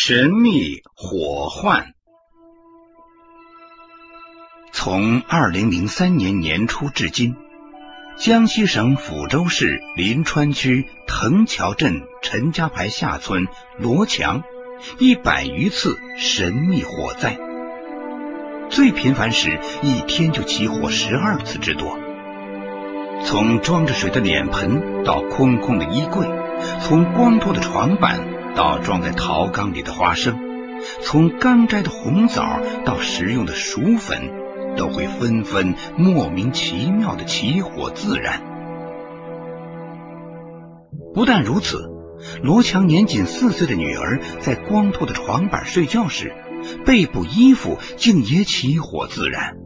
神秘火患。从2003年年初至今，江西省抚州市临川区藤桥镇陈家排下村罗墙100余次神秘火灾，最频繁时一天就起火12次之多。从装着水的脸盆到空空的衣柜，从光脱的床板到装在陶缸里的花生，从刚摘的红枣到食用的薯粉，都会纷纷莫名其妙的起火自燃。不但如此，罗强年仅4岁的女儿在光脱的床板睡觉时，背部衣服竟也起火自燃。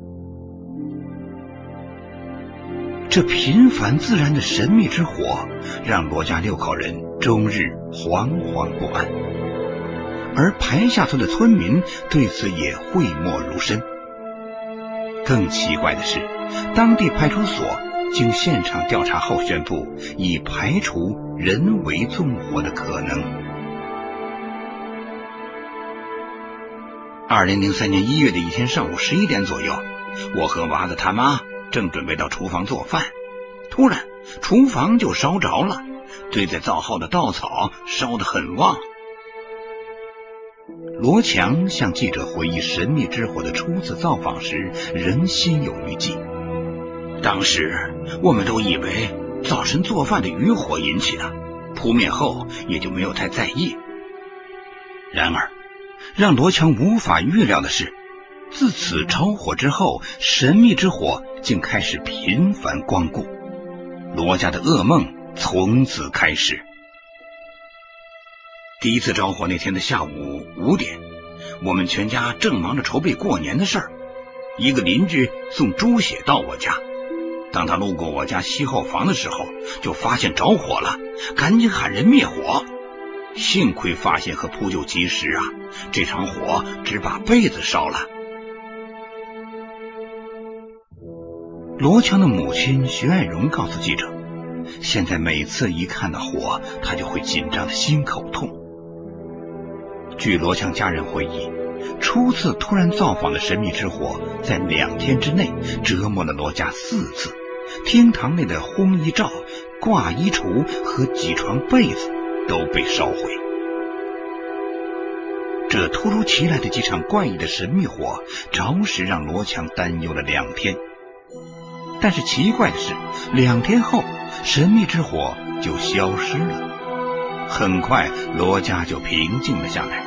这频繁自燃的神秘之火，让罗家6口人终日惶惶不安，而排下村的村民对此也讳莫如深。更奇怪的是，当地派出所经现场调查后宣布，已排除人为纵火的可能。2003年1月的一天上午11点左右，我和娃子他妈正准备到厨房做饭，突然厨房就烧着了，堆在灶后的稻草烧得很旺。罗强向记者回忆神秘之火的初次造访时，仍心有余悸。当时我们都以为早晨做饭的余火引起的，扑灭后也就没有太在意。然而让罗强无法预料的是，自此着火之后，神秘之火竟开始频繁光顾，罗家的噩梦从此开始。第一次着火那天的下午5点，我们全家正忙着筹备过年的事儿。一个邻居送猪血到我家，当他路过我家西后房的时候，就发现着火了，赶紧喊人灭火。幸亏发现和扑救及时啊，这场火只把被子烧了。罗强的母亲徐爱荣告诉记者，现在每次一看到火，他就会紧张的心口痛。据罗强家人回忆，初次突然造访的神秘之火，在2天之内折磨了罗家4次，厅堂内的烘衣罩、挂衣橱和几床被子都被烧毁。这突如其来的几场怪异的神秘火，着实让罗强担忧了2天。但是奇怪的是，2天后神秘之火就消失了，很快罗家就平静了下来。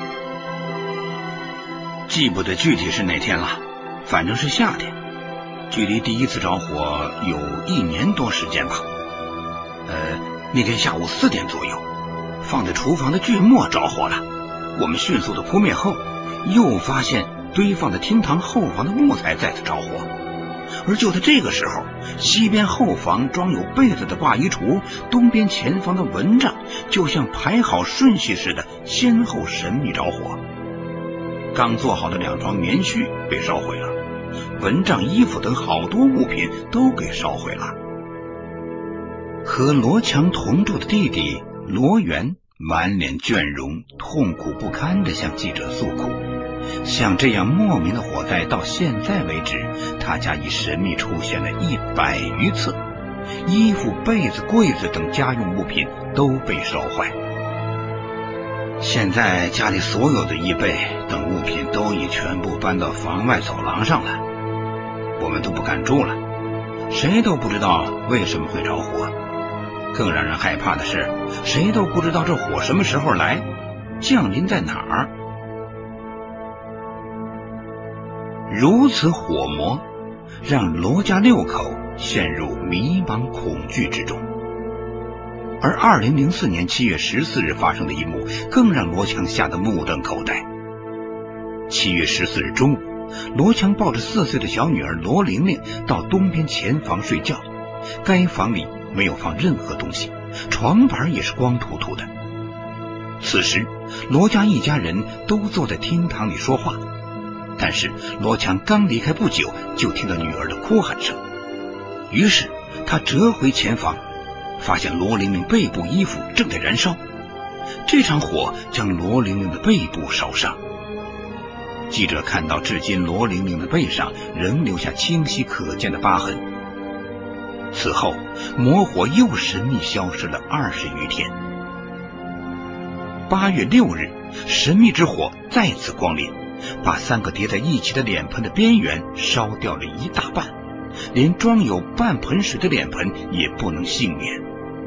记不得具体是哪天了，反正是夏天，距离第一次着火有1年多时间吧。那天下午4点左右，放在厨房的锯末着火了，我们迅速的扑灭后，又发现堆放在厅堂后房的木材再次着火。而就在这个时候，西边后房装有被子的挂衣橱，东边前房的蚊帐就像排好顺序似的先后神秘着火。刚做好的2床棉絮被烧毁了，蚊帐、衣服等好多物品都给烧毁了。和罗强同住的弟弟罗元满脸倦容，痛苦不堪地向记者诉苦。像这样莫名的火灾，到现在为止，他家已神秘出现了100余次，衣服、被子、柜子等家用物品都被烧坏。现在家里所有的衣被等物品都已全部搬到房外走廊上了，我们都不敢住了，谁都不知道为什么会着火。更让人害怕的是，谁都不知道这火什么时候来，降临在哪儿。如此火魔，让罗家6口陷入迷茫恐惧之中。而2004年7月14日发生的一幕，更让罗强吓得目瞪口呆。7月14日中午，罗强抱着4岁的小女儿罗玲玲到东边前房睡觉，该房里没有放任何东西，床板也是光秃秃的。此时罗家一家人都坐在厅堂里说话，但是罗强刚离开不久，就听到女儿的哭喊声。于是他折回前房，发现罗玲玲背部衣服正在燃烧， 这场火将罗玲玲的背部烧伤。记者看到至今罗玲玲的背上仍留下清晰可见的疤痕。此后魔火又神秘消失了20余天。8月6日，神秘之火再次光临，把3个叠在一起的脸盆的边缘烧掉了一大半，连装有半盆水的脸盆也不能幸免。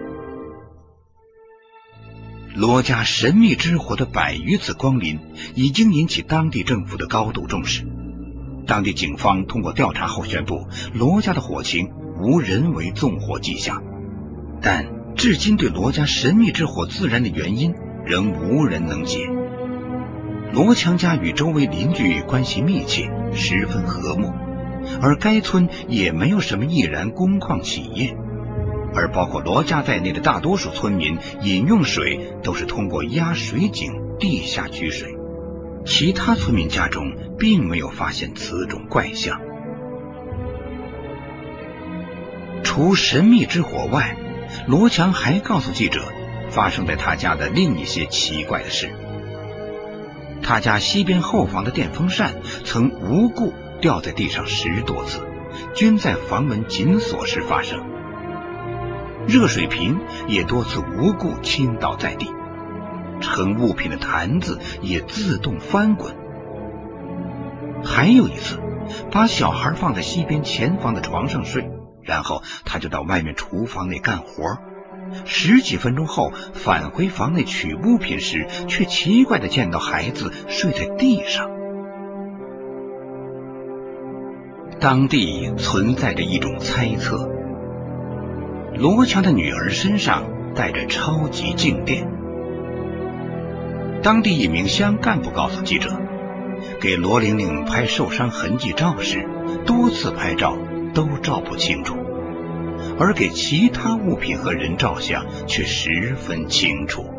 罗家神秘之火的100余次光临已经引起当地政府的高度重视。当地警方通过调查后宣布，罗家的火情无人为纵火迹象，但至今对罗家神秘之火自燃的原因仍无人能解。罗强家与周围邻居关系密切，十分和睦，而该村也没有什么易燃工矿企业，而包括罗家在内的大多数村民饮用水都是通过压水井地下取水，其他村民家中并没有发现此种怪象。除神秘之火外，罗强还告诉记者发生在他家的另一些奇怪的事。他家西边后房的电风扇曾无故掉在地上10多次，均在房门紧锁时发生。热水瓶也多次无故倾倒在地，盛物品的坛子也自动翻滚。还有一次，把小孩放在西边前房的床上睡，然后他就到外面厨房内干活，10几分钟后返回房内取物品时，却奇怪地见到孩子睡在地上。当地存在着一种猜测，罗强的女儿身上带着超级静电。当地一名乡干部告诉记者，给罗玲玲拍受伤痕迹照时，多次拍照都照不清楚，而给其他物品和人照相却十分清楚。